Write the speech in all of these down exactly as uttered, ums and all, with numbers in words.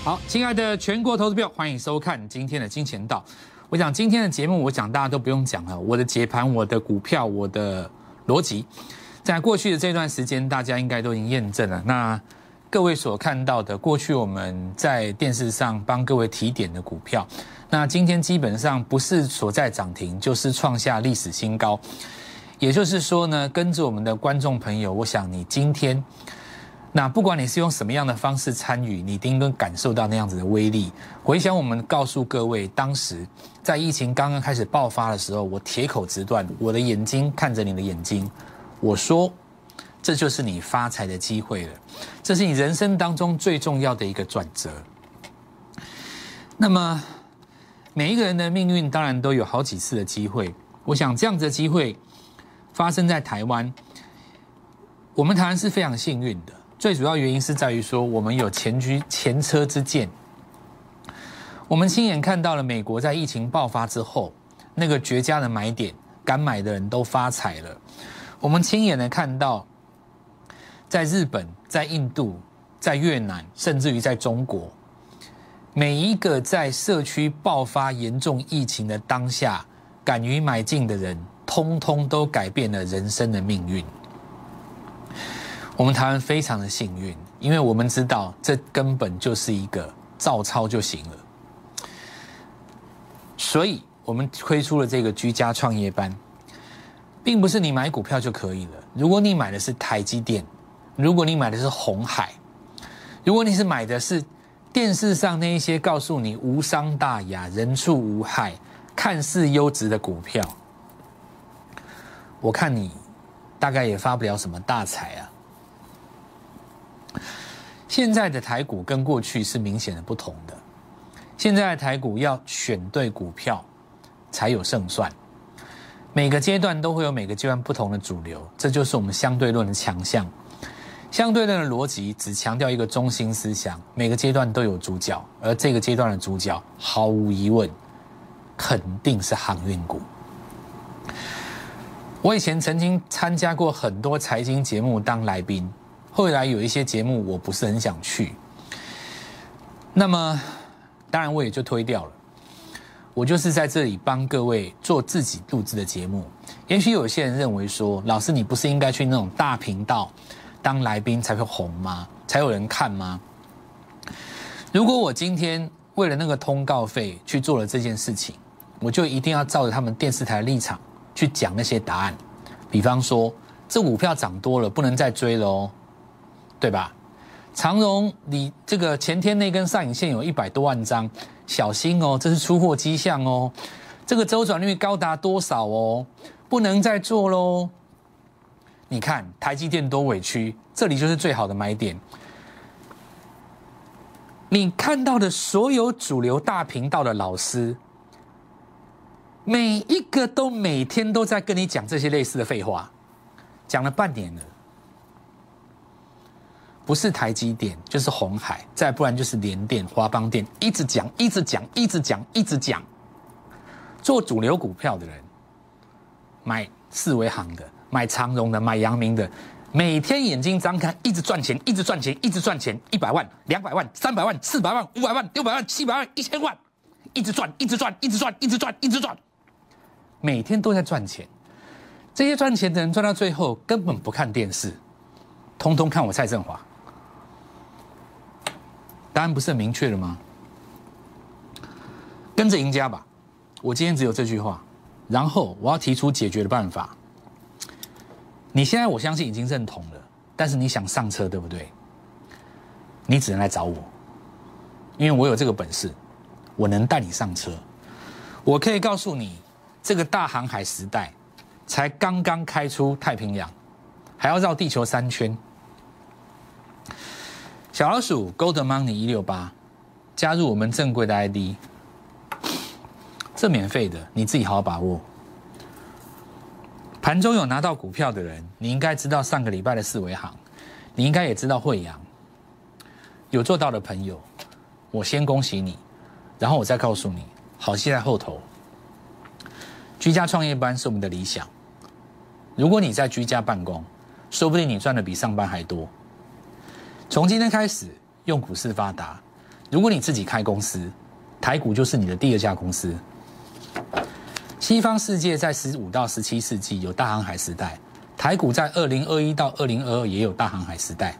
好，亲爱的全国投资票，欢迎收看今天的金钱道。我想今天的节目，我想大家都不用讲了，我的解盘、我的股票、我的逻辑，在过去的这段时间，大家应该都已经验证了。那各位所看到的，过去我们在电视上帮各位提点的股票，那今天基本上不是所在涨停，就是创下历史新高。也就是说呢，跟着我们的观众朋友，我想你今天。那不管你是用什么样的方式参与，你一定能感受到那样子的威力。回想我们告诉各位，当时在疫情刚刚开始爆发的时候，我铁口直断，我的眼睛看着你的眼睛，我说，这就是你发财的机会了，这是你人生当中最重要的一个转折。那么每一个人的命运当然都有好几次的机会，我想这样子的机会发生在台湾，我们台湾是非常幸运的。最主要原因是在于说，我们有前车前车之鉴，我们亲眼看到了美国在疫情爆发之后，那个绝佳的买点，敢买的人都发财了。我们亲眼的看到，在日本、在印度、在越南，甚至于在中国，每一个在社区爆发严重疫情的当下，敢于买进的人，通通都改变了人生的命运。我们台湾非常的幸运，因为我们知道这根本就是一个照抄就行了，所以我们推出了这个居家创业班，并不是你买股票就可以了。如果你买的是台积电，如果你买的是鸿海，如果你是买的是电视上那一些告诉你无伤大雅、人畜无害、看似优质的股票，我看你大概也发不了什么大财啊。现在的台股跟过去是明显的不同的，现在的台股要选对股票才有胜算，每个阶段都会有每个阶段不同的主流，这就是我们相对论的强项。相对论的逻辑只强调一个中心思想，每个阶段都有主角，而这个阶段的主角毫无疑问肯定是航运股。我以前曾经参加过很多财经节目当来宾，后来有一些节目我不是很想去，那么当然我也就推掉了。我就是在这里帮各位做自己录制的节目。也许有些人认为说，老师你不是应该去那种大频道当来宾才会红吗？才有人看吗？如果我今天为了那个通告费去做了这件事情，我就一定要照着他们电视台的立场去讲那些答案。比方说，这股票涨多了，不能再追了哦，对吧？长荣，你这个前天那根上影线有一百多万张，小心哦，这是出货迹象哦。这个周转率高达多少哦？不能再做喽。你看台积电多委屈，这里就是最好的买点。你看到的所有主流大频道的老师，每一个都每天都在跟你讲这些类似的废话，讲了半年了。不是台积电就是鸿海，再不然就是联电、华邦电，一直讲一直讲一直讲一直讲。做主流股票的人，买四维航的，买长荣的，买阳明的，每天眼睛张开，一直赚钱，一直赚钱，一直赚钱，一百万、两百万、三百万、四百万、五百万、六百万、七百万、一千万，一直赚，一直赚，一直赚，一直赚，一直赚，每天都在赚钱。这些赚钱的人赚到最后根本不看电视，通通看我蔡振华。答案不是很明确了吗？跟着赢家吧。我今天只有这句话，然后我要提出解决的办法。你现在我相信已经认同了，但是你想上车，对不对？你只能来找我，因为我有这个本事，我能带你上车。我可以告诉你，这个大航海时代才刚刚开出太平洋，还要绕地球三圈。小老鼠 Gold Money 一六八，加入我们正规的 I D， 这免费的，你自己好好把握。盘中有拿到股票的人，你应该知道上个礼拜的四维航，你应该也知道慧洋，有做到的朋友，我先恭喜你，然后我再告诉你，好戏在后头。居家创业班是我们的理想，如果你在居家办公，说不定你赚的比上班还多。从今天开始，用股市发达， 如果你自己开公司，台股就是你的第二家公司。西方世界在十五到十七世纪有大航海时代，台股在二零二一到二零二二也有大航海时代。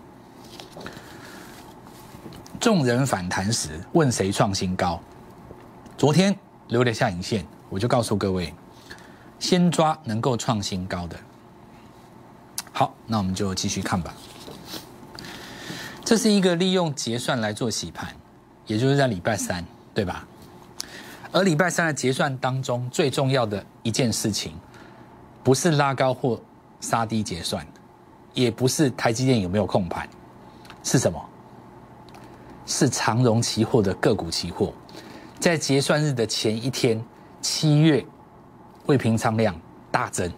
众人反弹时，问谁创新高？昨天留了下影线，我就告诉各位，先抓能够创新高的。好，那我们就继续看吧。这是一个利用结算来做洗盘，也就是在礼拜三，对吧？而礼拜三的结算当中，最重要的一件事情，不是拉高或杀低结算，也不是台积电有没有控盘，是什么？是长荣期货的个股期货，在结算日的前一天，七月未平仓量大增。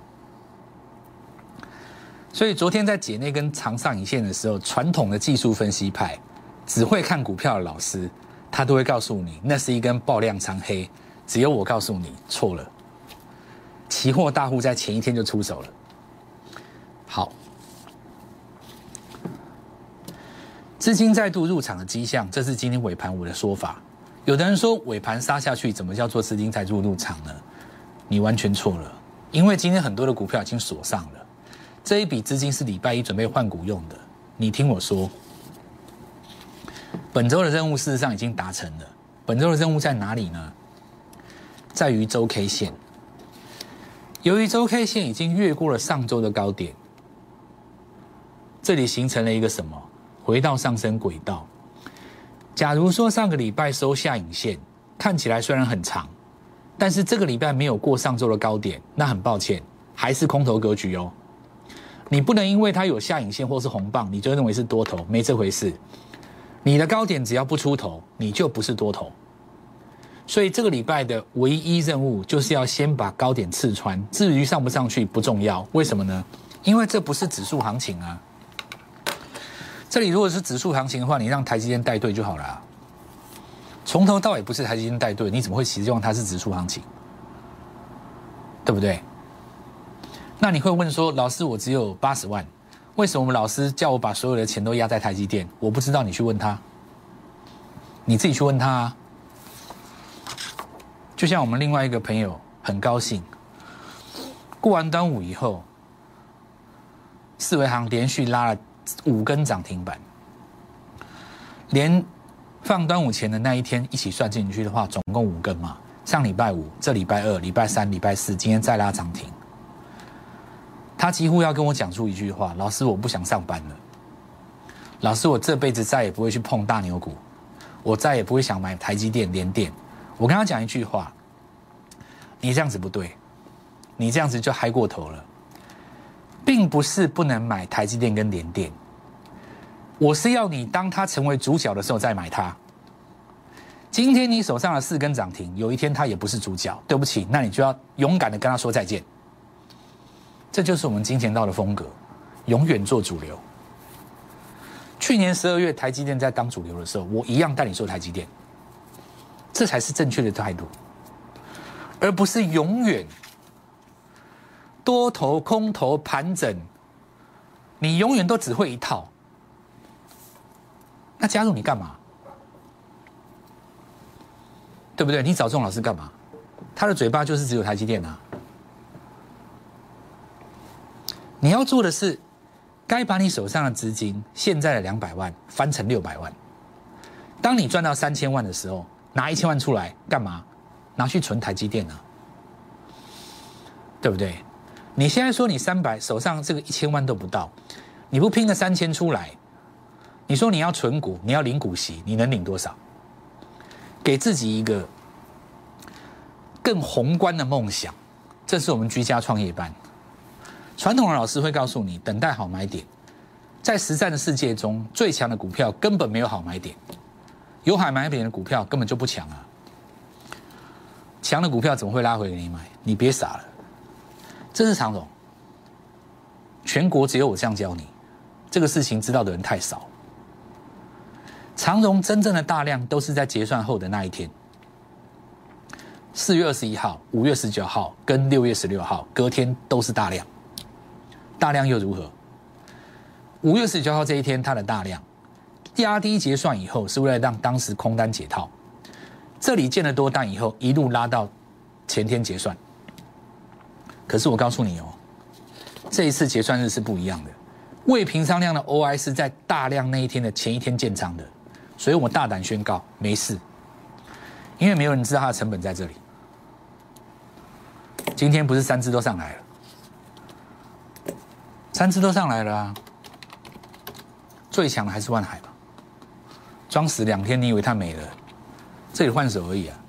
所以昨天在解那根长上影线的时候，传统的技术分析派，只会看股票的老师，他都会告诉你，那是一根爆量长黑。只有我告诉你错了，期货大户在前一天就出手了。好，资金再度入场的迹象，这是今天尾盘我的说法。有的人说尾盘杀下去，怎么叫做资金再度入场呢？你完全错了，因为今天很多的股票已经锁上了。这一笔资金是礼拜一准备换股用的，你听我说，本周的任务事实上已经达成了。本周的任务在哪里呢？在于周 K 线。由于周 K 线已经越过了上周的高点，这里形成了一个什么？回到上升轨道。假如说上个礼拜收下影线，看起来虽然很长，但是这个礼拜没有过上周的高点，那很抱歉，还是空头格局哦。你不能因为它有下影线或是红棒，你就认为是多头，没这回事。你的高点只要不出头，你就不是多头。所以这个礼拜的唯一任务就是要先把高点刺穿，至于上不上去不重要。为什么呢？因为这不是指数行情啊。这里如果是指数行情的话，你让台积电带队就好了啊。从头到尾不是台积电带队，你怎么会期望它是指数行情？对不对？那你会问说，老师，我只有八十万，为什么我们老师叫我把所有的钱都压在台积电？我不知道，你去问他，你自己去问他啊。就像我们另外一个朋友很高兴，过完端午以后，四维行连续拉了五根涨停板，连放端午前的那一天一起算进去的话，总共五根嘛。上礼拜五、这礼拜二、礼拜三、礼拜四，今天再拉涨停。他几乎要跟我讲出一句话：老师，我不想上班了。老师，我这辈子再也不会去碰大牛股，我再也不会想买台积电、联电。我跟他讲一句话：你这样子不对，你这样子就嗨过头了。并不是不能买台积电跟联电，我是要你当它成为主角的时候再买它。今天你手上的四根涨停，有一天它也不是主角，对不起，那你就要勇敢的跟他说再见。这就是我们金钱道的风格，永远做主流。去年十二月台积电在当主流的时候，我一样带你做台积电，这才是正确的态度，而不是永远多头空头盘整，你永远都只会一套。那加入你干嘛？对不对？你找这种老师干嘛？他的嘴巴就是只有台积电啊。你要做的是，该把你手上的资金，现在的两百万翻成六百万。当你赚到三千万的时候，拿一千万出来干嘛？拿去存台积电啊，对不对？你现在说你三百手上这个一千万都不到，你不拼个三千出来，你说你要存股，你要领股息，你能领多少？给自己一个更宏观的梦想，这是我们居家创业班。传统的老师会告诉你，等待好买点。在实战的世界中，最强的股票根本没有好买点，有好买点的股票根本就不强啊。强的股票怎么会拉回给你买？你别傻了，这是长荣，全国只有我这样教你，这个事情知道的人太少。长荣真正的大量都是在结算后的那一天，四月二十一号、五月十九号跟六月十六号，隔天都是大量。大量又如何？五月十九号这一天它的大量， 压低结算以后，是为了让当时空单解套。这里建了多单以后，一路拉到前天结算。可是我告诉你哦，这一次结算日是不一样的。未平仓量的 O I 是在大量那一天的前一天建仓的，所以我大胆宣告没事，因为没有人知道它的成本在这里。今天不是三只都上来了，三只都上来了啊！最强的还是万海嘛，装死两天，你以为它没了？这里换手而已啊，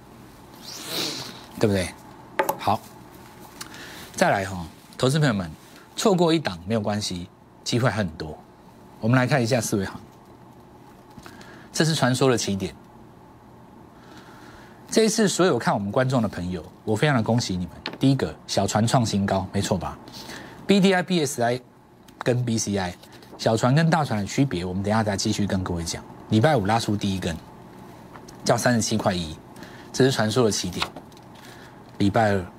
对不对？好，再来哈、哦，投资朋友们，错过一档没有关系，机会还很多。我们来看一下四维行，这是传说的起点。这一次所有看我们观众的朋友，我非常的恭喜你们。第一个，小船创新高，没错吧 ？B D I、B S I 跟 B C I， 小船跟大船的区别，我们等一下再继续跟各位讲。礼拜五拉出第一根，叫三十七块一，这是传说的起点。礼拜二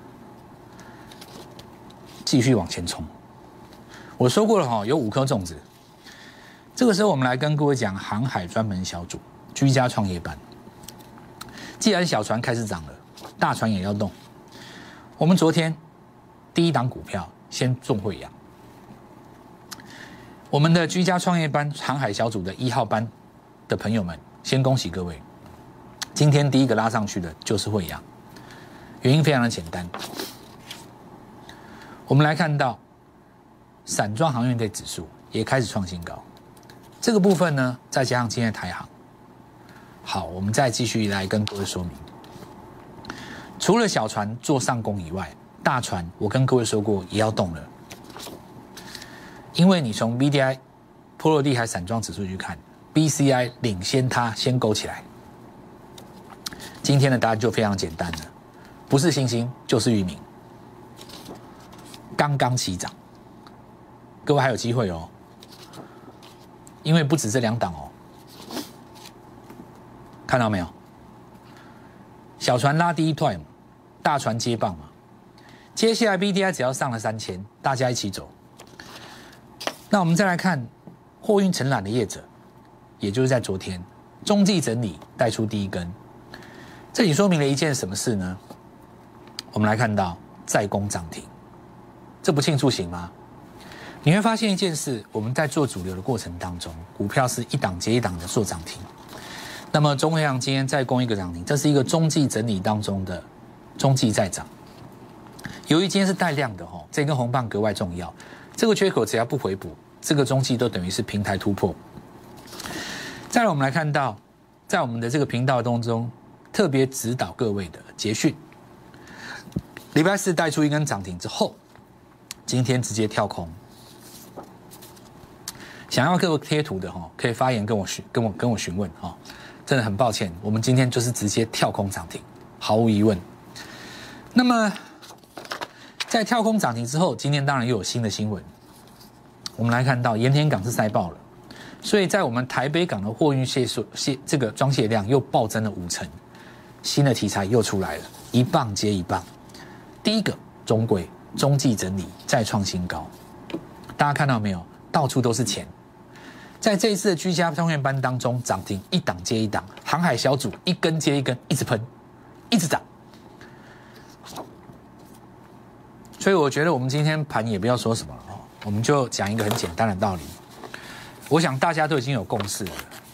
继续往前冲。我说过了哈，有五颗粽子。这个时候我们来跟各位讲航海专门小组居家创业班。既然小船开始涨了，大船也要动。我们昨天第一档股票先中慧洋，我们的居家创业班航海小组的一号班的朋友们，先恭喜各位，今天第一个拉上去的就是慧洋，原因非常的简单。我们来看到散装航运类指数也开始创新高，这个部分呢，再加上今天的台航。好，我们再继续来跟各位说明，除了小船做上攻以外，大船我跟各位说过也要动了，因为你从 B D I 波罗的海散装指数去看 ，B C I 领先它先勾起来。今天的答案就非常简单了，不是星星就是裕民，刚刚起涨，各位还有机会哦，因为不止这两档哦。看到没有？小船拉第一段嘛，大船接棒嘛。接下来 B D I 只要上了三千，大家一起走。那我们再来看货运承揽的业者，也就是在昨天中继整理带出第一根，这里说明了一件什么事呢？我们来看到再攻涨停，这不庆祝行吗？你会发现一件事，我们在做主流的过程当中，股票是一档接一档的做涨停。那么中辉航今天再攻一个涨停，这是一个中继整理当中的中继再涨。由于今天是带量的哦，这根红棒格外重要。这个缺口只要不回补，这个中继都等于是平台突破。再来，我们来看到，在我们的这个频道当中，特别指导各位的捷讯，礼拜四带出一根涨停之后，今天直接跳空。想要各位贴图的哈，可以发言跟我询跟我跟我询问哈。真的很抱歉，我们今天就是直接跳空涨停，毫无疑问。那么，在跳空涨停之后，今天当然又有新的新闻。我们来看到盐田港是塞爆了，所以在我们台北港的货运卸卸这个装卸量又暴增了五成，新的题材又出来了，一棒接一棒。第一个中轨中继整理再创新高，大家看到没有？到处都是钱。在这一次的居家创业班当中，涨停一档接一档，航海小组一根接一根，一直喷，一直涨。所以我觉得我们今天盘也不要说什么了哦，我们就讲一个很简单的道理。我想大家都已经有共识了，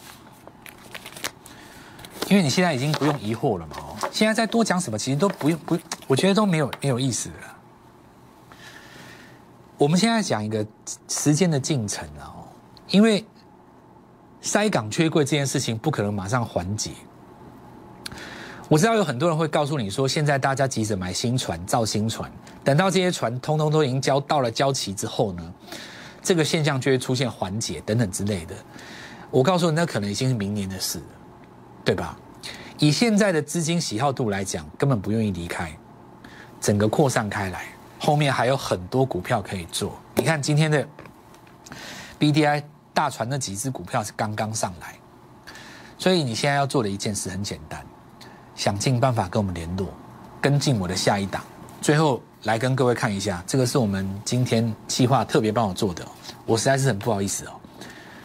因为你现在已经不用疑惑了嘛哦，现在再多讲什么其实都不用不，我觉得都没有没有意思了。我们现在讲一个时间的进程啊哦，因为塞港缺柜这件事情不可能马上缓解。我知道有很多人会告诉你说，现在大家急着买新船、造新船，等到这些船通通都已经交到了交期之后呢，这个现象就会出现缓解等等之类的。我告诉你，那可能已经是明年的事了，对吧？以现在的资金喜好度来讲，根本不愿意离开，整个扩散开来，后面还有很多股票可以做。你看今天的 B D I。大船那几只股票是刚刚上来，所以你现在要做的一件事很简单，想尽办法跟我们联络，跟进我的下一档。最后来跟各位看一下，这个是我们今天企划特别帮我做的，我实在是很不好意思哦。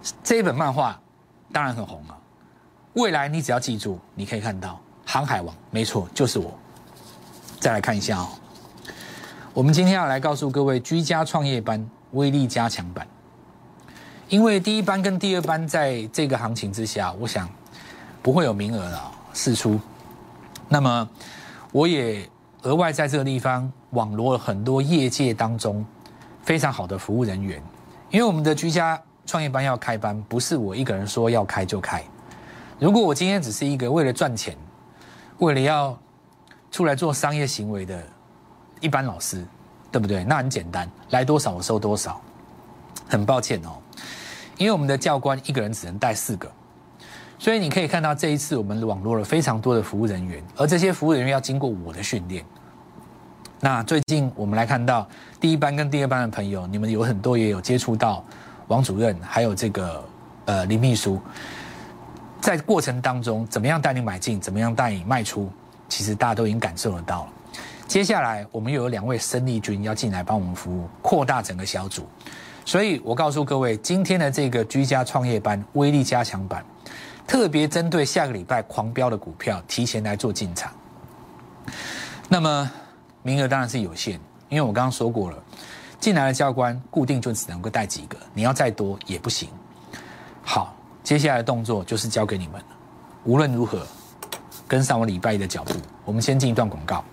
这一本漫画当然很红了。未来你只要记住，你可以看到航海王，没错，就是我。再来看一下哦，我们今天要来告诉各位居家创业班威力加强版。因为第一班跟第二班在这个行情之下，我想不会有名额了释出。那么我也额外在这个地方网罗了很多业界当中非常好的服务人员，因为我们的居家创业班要开班，不是我一个人说要开就开。如果我今天只是一个为了赚钱，为了要出来做商业行为的一般老师，对不对？那很简单，来多少我收多少。很抱歉哦，因为我们的教官一个人只能带四个，所以你可以看到这一次我们网络了非常多的服务人员，而这些服务人员要经过我的训练。那最近我们来看到第一班跟第二班的朋友，你们有很多也有接触到王主任，还有这个呃林秘书，在过程当中怎么样带你买进，怎么样带你卖出，其实大家都已经感受得到了。接下来我们又有两位生力军要进来帮我们服务，扩大整个小组。所以我告诉各位，今天的这个居家创业班威力加强版，特别针对下个礼拜狂飙的股票，提前来做进场。那么名额当然是有限，因为我刚刚说过了，进来的教官固定就只能够带几个，你要再多也不行。好，接下来的动作就是交给你们了。无论如何，跟上我礼拜一的脚步。我们先进一段广告。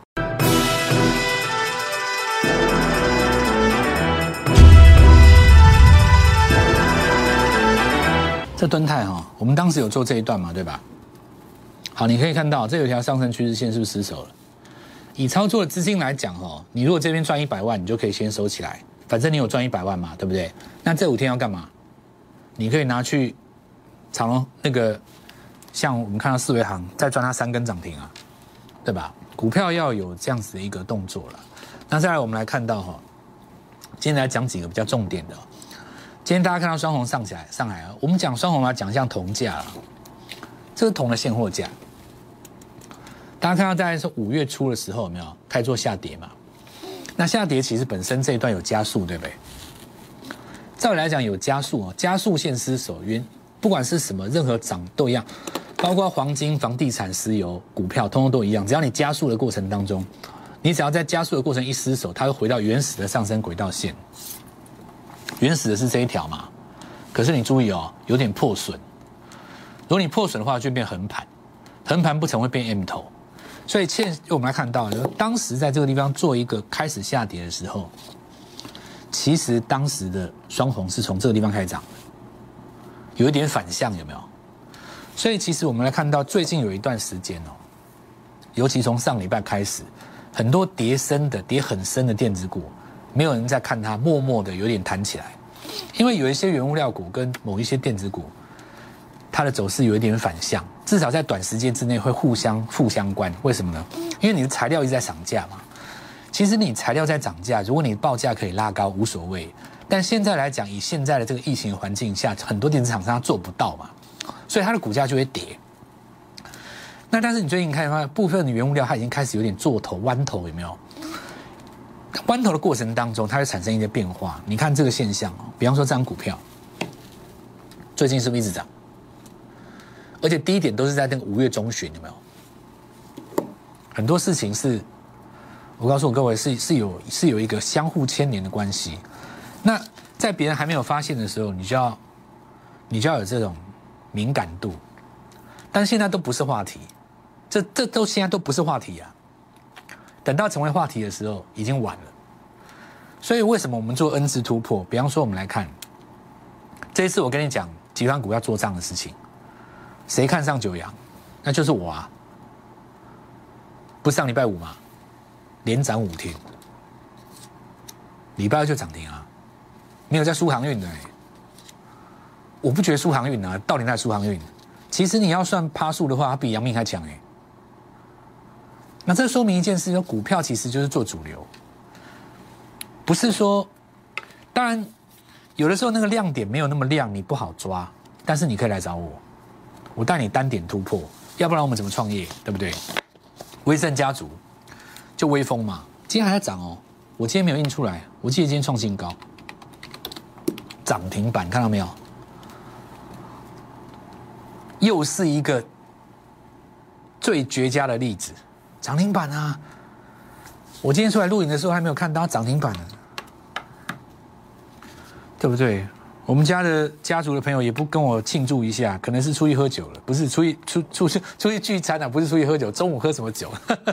这敦泰哈，我们当时有做这一段嘛，对吧？好，你可以看到这有一条上升趋势线是不是失守了？以操作的资金来讲哈，你如果这边赚一百万，你就可以先收起来，反正你有赚一百万嘛，对不对？那这五天要干嘛？你可以拿去长隆那个，像我们看到四维行再赚它三根涨停啊，对吧？股票要有这样子的一个动作了。那再来我们来看到哈，今天来讲几个比较重点的。今天大家看到双红上起来上来了，我们讲双红来讲像铜价了，这是铜的现货价。大家看到大概是五月初的时候有没有开始做下跌嘛？那下跌其实本身这一段有加速，对不对？照理来讲有加速哦，加速线失守，原不管是什么任何涨都一样，包括黄金、房地产、石油、股票，通通都一样。只要你加速的过程当中，你只要在加速的过程一失守，它会回到原始的上升轨道线。原始的是这一条嘛，可是你注意哦，有点破损。如果你破损的话，就变横盘，横盘不成会变 M 头。所以现我们来看到，当时在这个地方做一个开始下跌的时候，其实当时的双红是从这个地方开始涨的，有一点反向，有没有？所以其实我们来看到最近有一段时间哦，尤其从上礼拜开始，很多跌深的、跌很深的电子股。没有人在看它，默默的有点弹起来，因为有一些原物料股跟某一些电子股，它的走势有一点反向，至少在短时间之内会互相负相关。为什么呢？因为你的材料一直在涨价嘛。其实你材料在涨价，如果你报价可以拉高无所谓，但现在来讲，以现在的这个疫情环境下，很多电子厂商做不到嘛，所以它的股价就会跌。那但是你最近看到部分的原物料，它已经开始有点做头弯头，有没有？弯头的过程当中，它会产生一些变化。你看这个现象哦，比方说这张股票，最近是不是一直涨？而且低点都是在那个五月中旬，有没有？很多事情是，我告诉各位是是有是有一个相互牵连的关系。那在别人还没有发现的时候，你就要你就要有这种敏感度。但是现在都不是话题，这这都现在都不是话题啊。等到成为话题的时候，已经晚了。所以为什么我们做 N 字突破？比方说，我们来看这一次，我跟你讲集团股要做账的事情，谁看上九阳？那就是我啊！不是上礼拜五吗？连涨五天，礼拜二就涨停啊！没有在输航运的、欸，我不觉得输航运啊，到底在输航运。其实你要算趴数的话，它比阳明还强哎、欸。那这说明一件事，说股票其实就是做主流，不是说，当然有的时候那个亮点没有那么亮，你不好抓，但是你可以来找我，我带你单点突破，要不然我们怎么创业，对不对？威盛家族就威风嘛，今天还在涨哦，我今天没有印出来，我记得今天创新高，涨停板看到没有？ 又是一个最绝佳的例子，涨停板啊！我今天出来录影的时候还没有看到涨停板呢，对不对？我们家的家族的朋友也不跟我庆祝一下，可能是出去喝酒了，不是出去出出去出去聚餐啊，不是出去喝酒，中午喝什么酒？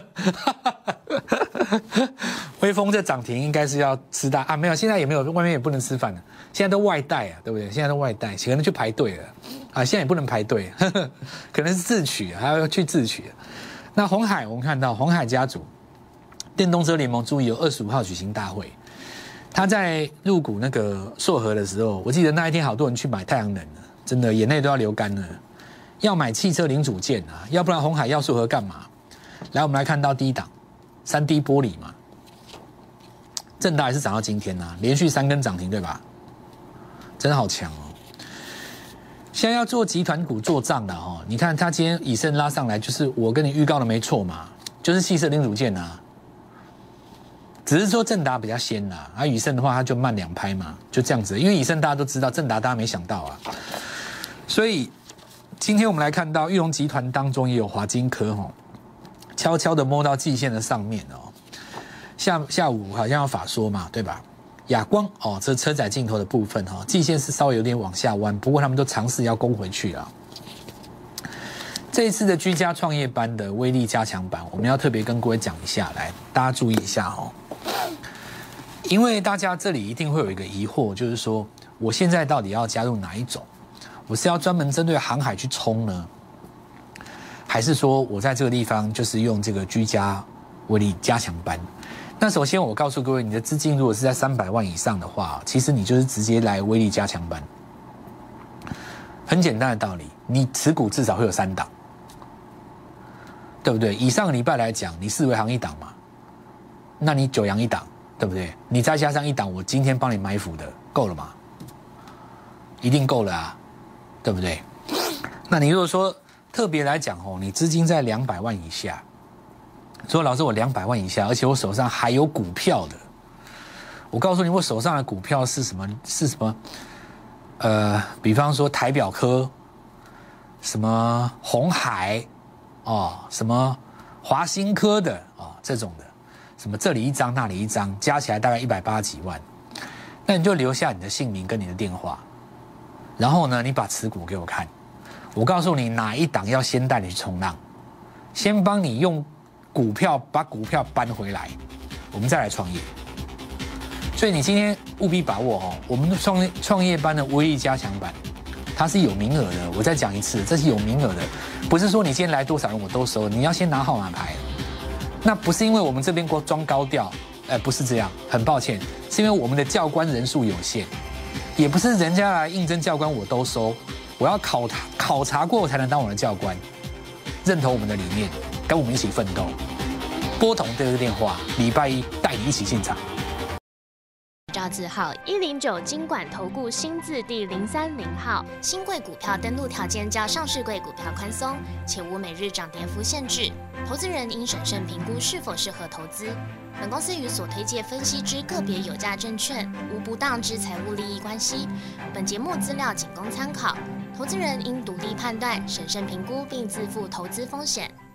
微风这涨停应该是要吃大啊，没有，现在也没有，外面也不能吃饭了，现在都外带啊，对不对？现在都外带，可能去排队了啊，现在也不能排队，呵呵可能是自取，还要去自取。那鸿海，我们看到鸿海家族电动车联盟，注意有二十五号举行大会，他在入股那个硕禾的时候，我记得那一天好多人去买太阳能了，真的眼泪都要流干了，要买汽车零组件啊，要不然鸿海要硕禾干嘛？来，我们来看到第一档。三 D 玻璃嘛，正大也是涨到今天呐、啊，连续三根涨停，对吧？真的好强哦！现在要做集团股做账的哦，你看他今天以盛拉上来，就是我跟你预告的没错嘛，就是汽车零组件啊，只是说正达比较先啦、啊，而以盛的话他就慢两拍嘛，就这样子。因为以盛大家都知道，正达大家没想到啊，所以今天我们来看到裕隆集团当中也有华金科哦。悄悄的摸到季线的上面哦，下下午好像要法说嘛，对吧？亚光哦，这车载镜头的部分哈、哦，季线是稍微有点往下弯，不过他们都尝试要攻回去了。这一次的居家创业班的威力加强版，我们要特别跟各位讲一下，来大家注意一下哦，因为大家这里一定会有一个疑惑，就是说我现在到底要加入哪一种？我是要专门针对航海去冲呢？还是说我在这个地方就是用这个居家威力加强班？那首先我告诉各位，你的资金如果是在三百万以上的话，其实你就是直接来威力加强班。很简单的道理，你持股至少会有三档，对不对？以上个礼拜来讲，你四维行一档嘛，那你九阳一档，对不对？你再加上一档，我今天帮你埋伏的，够了吗？一定够了啊，对不对？那你如果说特别来讲哦，你资金在两百万以下，说老师我两百万以下，而且我手上还有股票的，我告诉你，我手上的股票是什么？是什么？呃，比方说台表科，什么鸿海，哦，什么华新科的哦，这种的，什么这里一张那里一张，加起来大概一百八十几万，那你就留下你的姓名跟你的电话，然后呢，你把持股给我看。我告诉你哪一档要先带你去冲浪，先帮你用股票把股票搬回来，我们再来创业。所以你今天务必把握哦，我们的创创业班的威力加强版，它是有名额的。我再讲一次，这是有名额的，不是说你今天来多少人我都收，你要先拿号码牌。那不是因为我们这边过装高调，哎，不是这样，很抱歉，是因为我们的教官人数有限，也不是人家来应征教官我都收。我要考考察过我才能当我的教官，认同我们的理念，跟我们一起奋斗。拨通这个电话，礼拜一带你一起进场。 照字号一零九金管投顾新字第零三零号。新贵股票登录条件较上市贵股票宽松，且无每日涨跌幅限制。投资人应审慎评估是否适合投资。本公司与所推介分析之个别有价证券无不当之财务利益关系。本节目资料仅供参考，投资人应独立判断、审慎评估并自负投资风险。